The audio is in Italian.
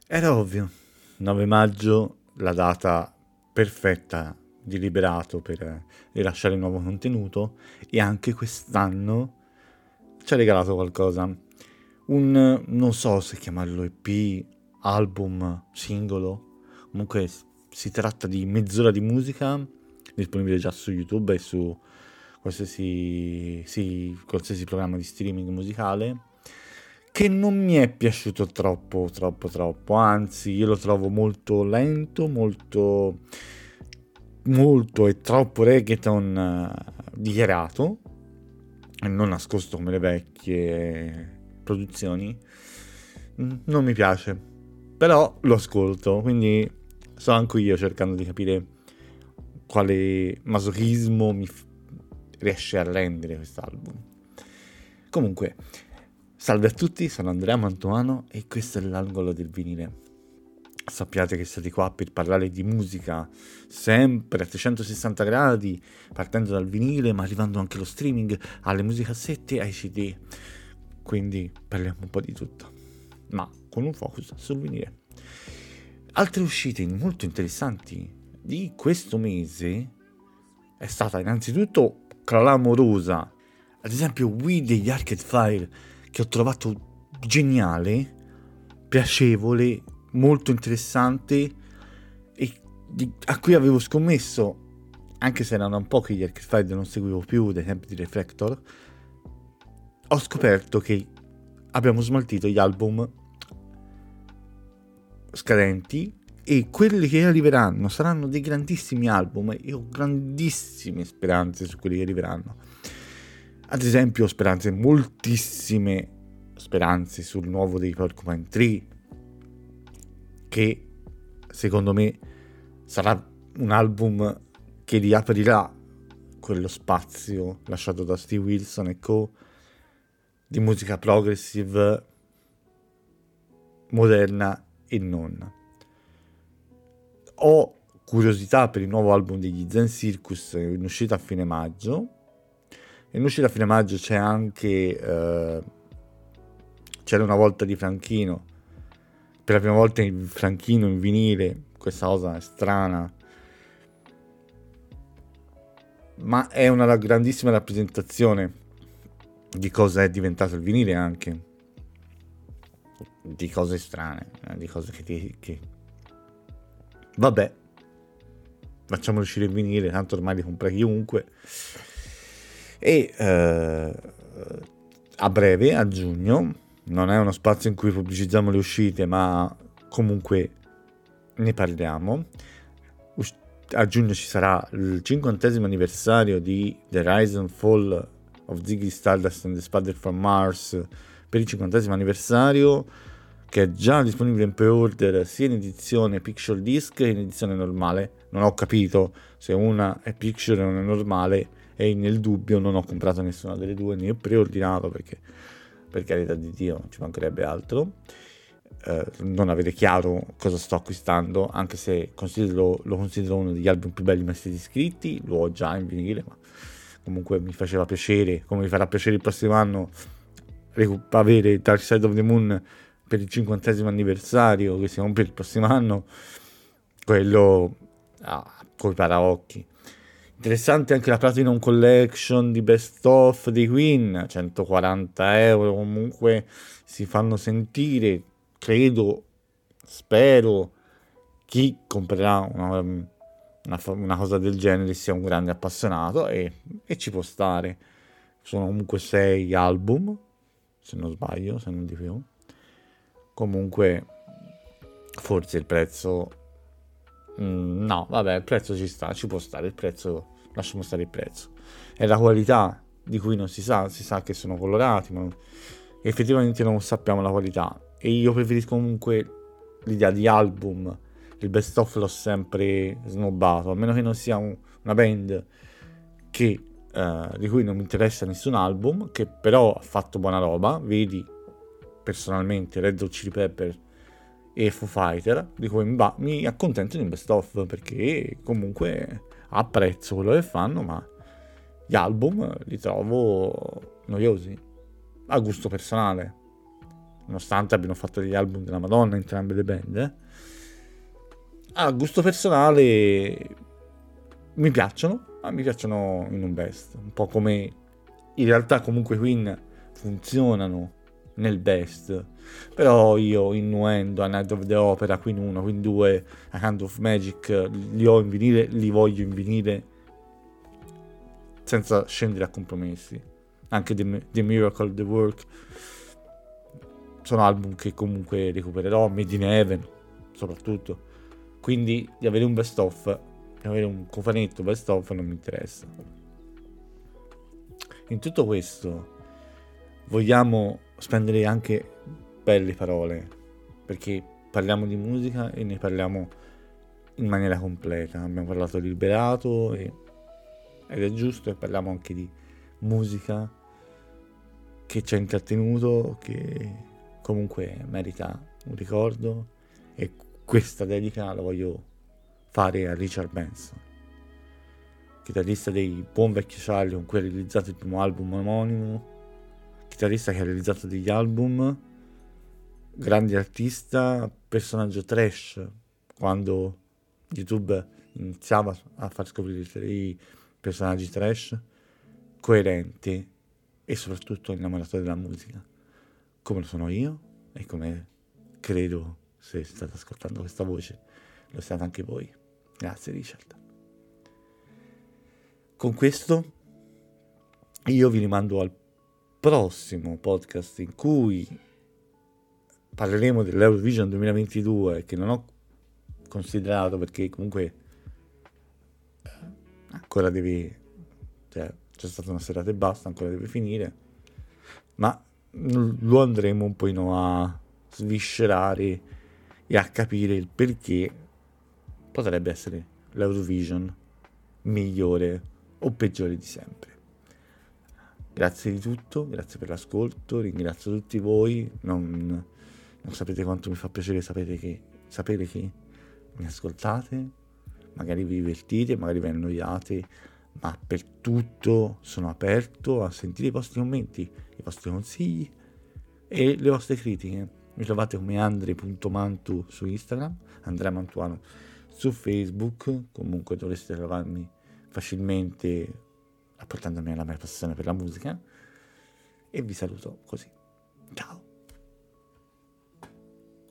Era ovvio, 9 maggio, la data perfetta di Liberato per rilasciare il nuovo contenuto e anche quest'anno ci ha regalato qualcosa. Non so se chiamarlo EP, album, singolo, comunque si tratta di mezz'ora di musica disponibile già su YouTube e su qualsiasi programma di streaming musicale, che non mi è piaciuto troppo, anzi io lo trovo molto lento, molto e troppo reggaeton dichiarato e non nascosto come le vecchie produzioni. Non mi piace, però lo ascolto, quindi sto anche io cercando di capire quale masochismo riesce a rendere quest'album. Comunque, salve a tutti, sono Andrea Mantovano e questo è l'angolo del vinile. Sappiate che siete qua per parlare di musica sempre a 360 gradi, partendo dal vinile ma arrivando anche allo streaming, alle musicassette e ai CD. Quindi parliamo un po' di tutto, ma con un focus sul vinile. Altre uscite molto interessanti di questo mese è stata innanzitutto clamorosa. Ad esempio We degli Arcade Fire, che ho trovato geniale, piacevole, molto interessante e a cui avevo scommesso, anche se erano un po' che gli Arcade Fire non seguivo più dai tempi di Reflector. Ho scoperto che abbiamo smaltito gli album scadenti e quelli che arriveranno saranno dei grandissimi album e ho grandissime speranze su quelli che arriveranno. Ad esempio moltissime speranze sul nuovo dei Porcupine Tree, che secondo me sarà un album che riaprirà quello spazio lasciato da Steve Wilson e co. Di musica progressive moderna e non. Ho curiosità per il nuovo album degli Zen Circus in uscita a fine maggio. In uscita a fine maggio c'è anche C'era una volta di Franchino, per la prima volta il Franchino in vinile. Questa cosa è strana, ma è una grandissima rappresentazione di cosa è diventato il vinile, anche di cose strane, di cose che vabbè, facciamo uscire il vinile, tanto ormai li compra chiunque. E a breve, a giugno, non è uno spazio in cui pubblicizziamo le uscite, ma comunque ne parliamo. A giugno ci sarà il 50° anniversario di The Rise and Fall of Ziggy Stardust and the Spider from Mars, per il 50° anniversario, che è già disponibile in pre-order sia in edizione Picture Disc che in edizione normale. Non ho capito se una è Picture e una è normale, e nel dubbio non ho comprato nessuna delle due, ne ho preordinato perché, per carità di Dio, ci mancherebbe altro. Non avere chiaro cosa sto acquistando, anche se lo considero uno degli album più belli mai stati scritti. Lo ho già in vinile, ma comunque mi faceva piacere, come mi farà piacere il prossimo anno avere Dark Side of the Moon per il 50° anniversario, che si compie il prossimo anno, quello coi paraocchi. Interessante anche la Platinum Collection di Best Of dei Queen, 140 euro, comunque si fanno sentire. Credo, spero, chi comprerà una cosa del genere sia un grande appassionato e ci può stare. Sono comunque 6 album, se non sbaglio, se non di più. Comunque forse il prezzo no, vabbè, il prezzo ci sta, ci può stare il prezzo, lasciamo stare il prezzo. È la qualità di cui non si sa che sono colorati, ma effettivamente non sappiamo la qualità. E io preferisco comunque l'idea di album. Il best of l'ho sempre snobbato, a meno che non sia una band che di cui non mi interessa nessun album, che però ha fatto buona roba. Vedi personalmente Red Hot Chili Pepper e Foo Fighter, di cui mi accontento di un best of, perché comunque apprezzo quello che fanno, ma gli album li trovo noiosi, a gusto personale. nonostante abbiano fatto degli album della Madonna entrambe le band. A gusto personale mi piacciono, ma mi piacciono in un best, un po' come in realtà comunque Queen funzionano nel best, però io Innuendo, A Night of the Opera, Queen 1, Queen 2, A Kind of Magic li ho in vinile, li voglio in vinile senza scendere a compromessi. Anche The Miracle, The Work sono album che comunque recupererò, Made in Heaven soprattutto, quindi di avere un best of, di avere un cofanetto best of non mi interessa. In tutto questo vogliamo spendere anche belle parole, perché parliamo di musica e ne parliamo in maniera completa. Abbiamo parlato di Liberato ed è giusto, e parliamo anche di musica che ci ha intrattenuto, che comunque merita un ricordo, e questa dedica la voglio fare a Richard Benson, chitarrista dei Buon Vecchio Charlie, con cui ha realizzato il primo album omonimo, chitarrista che ha realizzato degli album, grande artista, personaggio trash quando YouTube iniziava a far scoprire i personaggi trash, coerente e soprattutto innamorato della musica, come lo sono io e come credo, se state ascoltando questa voce, lo siate anche voi. Grazie Richard. Con questo io vi rimando al prossimo podcast in cui parleremo dell'Eurovision 2022, che non ho considerato perché comunque ancora deve, cioè c'è stata una serata e basta, ancora deve finire, ma lo andremo un pochino a sviscerare e a capire il perché potrebbe essere l'Eurovision migliore o peggiore di sempre. Grazie di tutto, grazie per l'ascolto, ringrazio tutti voi, non sapete quanto mi fa piacere sapere che mi ascoltate, magari vi divertite, magari vi annoiate, ma per tutto sono aperto a sentire i vostri commenti, i vostri consigli e le vostre critiche. Mi trovate come andre.mantu su Instagram, Andrea Mantuano su Facebook, comunque dovreste trovarmi facilmente apportandomi alla mia passione per la musica, e vi saluto così. Ciao!